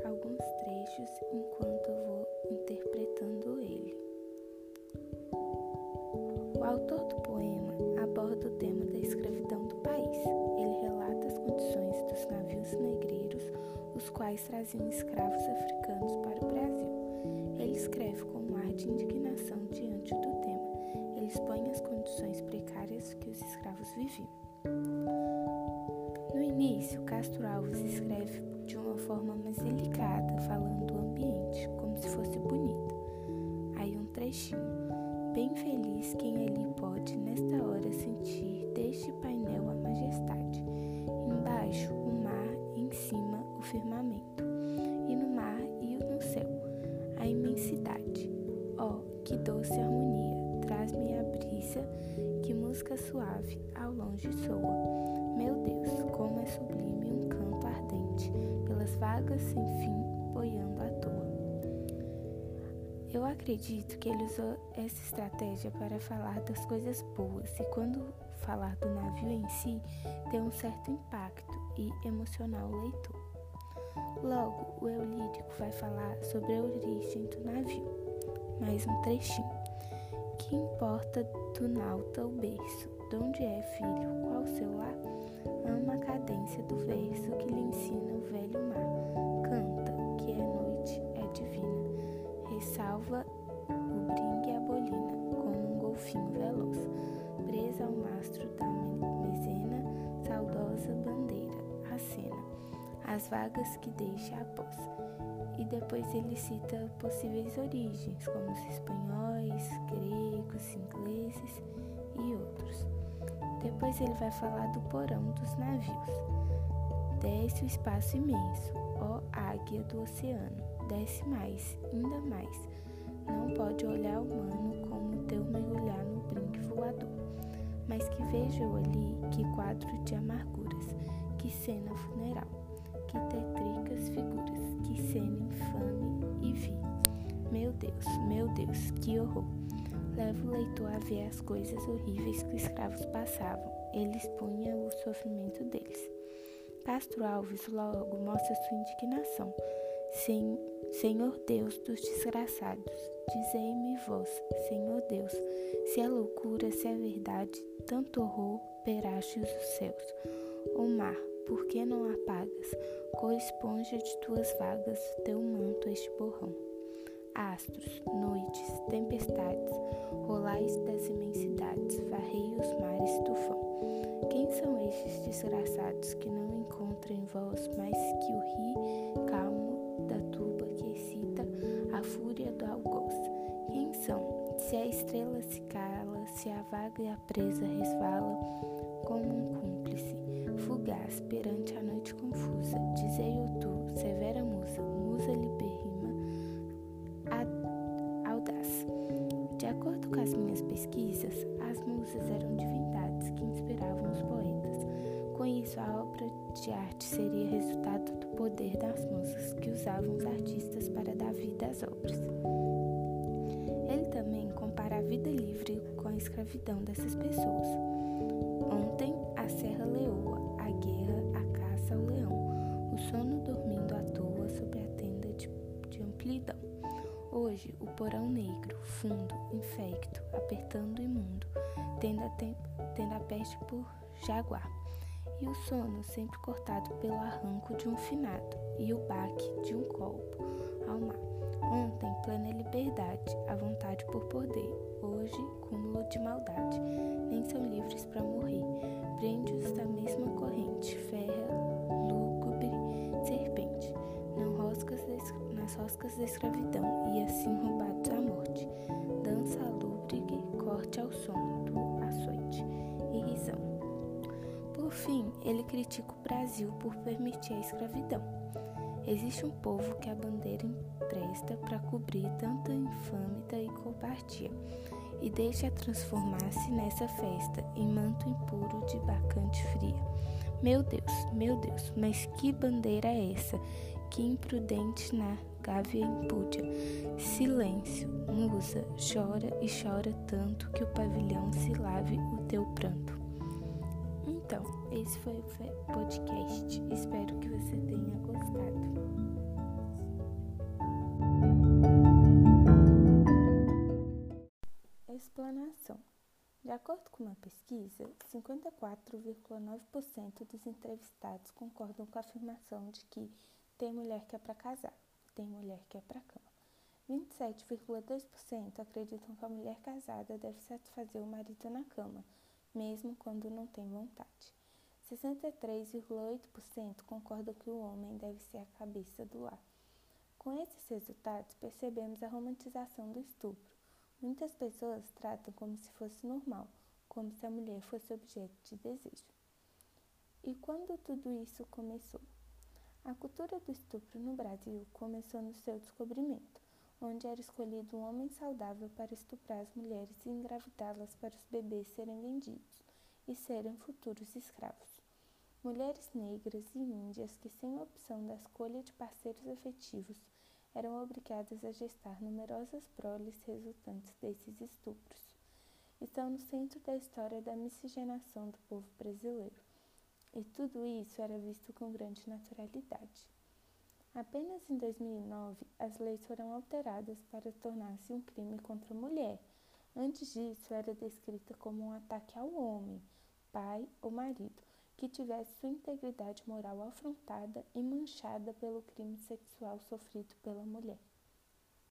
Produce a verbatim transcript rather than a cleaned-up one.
alguns trechos enquanto eu vou interpretando ele. O autor do poema aborda o tema da escravidão do país. Ele relata as condições dos navios negreiros, os quais traziam escravos africanos para o Brasil. Ele escreve com um ar de indignação diante do tema. Ele expõe as condições precárias que os escravos viviam. No início, Castro Alves escreve de uma forma mais delicada, falando do ambiente, como se fosse bonito. Aí um trechinho. Bem feliz quem ali pode, nesta hora, sentir deste painel a majestade. Embaixo, o mar, em cima, o firmamento. E no mar e no céu, a imensidade. Oh, que doce harmonia, traz-me a brisa, que música suave ao longe soa. Meu Deus, como é sublime um canto ardente, pelas vagas sem fim, boiando à toa. Eu acredito que ele usou essa estratégia para falar das coisas boas e quando falar do navio em si, ter um certo impacto e emocionar o leitor. Logo, o eu lírico vai falar sobre a origem do navio. Mais um trechinho. Que importa do nauta o berço? Donde é, filho? Qual seu lar? Ama a cadência do verso que lhe ensina o velho mar. Canta, que é noite, é divina. Ressalva o bringue e a bolina, como um golfinho veloz. Presa ao mastro da mezena, saudosa bandeira, acena. As vagas que deixa após. E depois ele cita possíveis origens, como os espanhóis, gregos, ingleses e outros. Depois ele vai falar do porão dos navios. Desce o espaço imenso, ó águia do oceano, desce mais, ainda mais. Não pode olhar humano como teu mergulhar no brinque voador. Mas que vejo eu ali, que quadro de amarguras, que cena funeral, que tétricas figuras, que cena infame e vi. Meu Deus, meu Deus, que horror! Leva o leitor a ver as coisas horríveis que os escravos passavam. Ele expunha o sofrimento deles. Castro Alves logo mostra sua indignação. Sen, Senhor Deus dos desgraçados, dizei-me vós, Senhor Deus, se é loucura, se é verdade, tanto horror peraste os céus. Ó mar, por que não apagas, cor esponja de tuas vagas, teu manto este borrão? Astros, noites, tempestades, rolais das imensidades, varrei os mares tufão. Quem são estes desgraçados que não encontram em vós mais que o rio calmo da tuba que excita a fúria do algoz? Quem são? Se a estrela se cala, se a vaga e a presa resvala, como um cúmplice, fugaz perante a noite confusa, dizei-o tu, severa musa, musa libérrima, audaz. De acordo com as minhas pesquisas, as musas eram divindades que inspiravam os poetas. Com isso, a obra de arte seria resultado do poder das musas que usavam os artistas para dar vida às obras. Ele também compara a vida livre com a escravidão dessas pessoas. Ontem, a serra leoa, a guerra, a caça ao leão, o sono dormindo à toa sobre a tenda de, de amplidão. Hoje, o porão negro, fundo, infecto, apertando o imundo, tendo a, te, tendo a peste por jaguar. E o sono sempre cortado pelo arranco de um finado, e o baque de um copo ao mar. Ontem, plena liberdade, a vontade por poder. Hoje, cúmulo de maldade. Nem são livres para morrer. Prende-os da mesma corrente, ferra, lúgubre, serpente. Não roscas de, nas roscas da escravidão, e assim roubados à morte. Dança lúbrigue, corte ao sono do açoite e risão. Por fim, ele critica o Brasil por permitir a escravidão. Existe um povo que a bandeira empresta para cobrir tanta infâmia e covardia, e deixa transformar-se nessa festa em manto impuro de bacante fria. Meu Deus, meu Deus, mas que bandeira é essa? Que imprudente na gávea impúdia. Silêncio, musa, chora e chora tanto que o pavilhão se lave o teu pranto. Então, esse foi o podcast. Espero que você tenha gostado. De acordo com uma pesquisa, cinquenta e quatro vírgula nove por cento dos entrevistados concordam com a afirmação de que tem mulher que é para casar, tem mulher que é para cama. vinte e sete vírgula dois por cento acreditam que a mulher casada deve satisfazer o marido na cama, mesmo quando não tem vontade. sessenta e três vírgula oito por cento concordam que o homem deve ser a cabeça do lar. Com esses resultados, percebemos a romantização do estupro. Muitas pessoas tratam como se fosse normal, como se a mulher fosse objeto de desejo. E quando tudo isso começou? A cultura do estupro no Brasil começou no seu descobrimento, onde era escolhido um homem saudável para estuprar as mulheres e engravidá-las para os bebês serem vendidos e serem futuros escravos. Mulheres negras e índias que, sem opção da escolha de parceiros afetivos, eram obrigadas a gestar numerosas proles resultantes desses estupros, estão no centro da história da miscigenação do povo brasileiro. E tudo isso era visto com grande naturalidade. Apenas em dois mil e nove, as leis foram alteradas para tornar-se um crime contra a mulher. Antes disso, era descrita como um ataque ao homem, pai ou marido, que tivesse sua integridade moral afrontada e manchada pelo crime sexual sofrido pela mulher.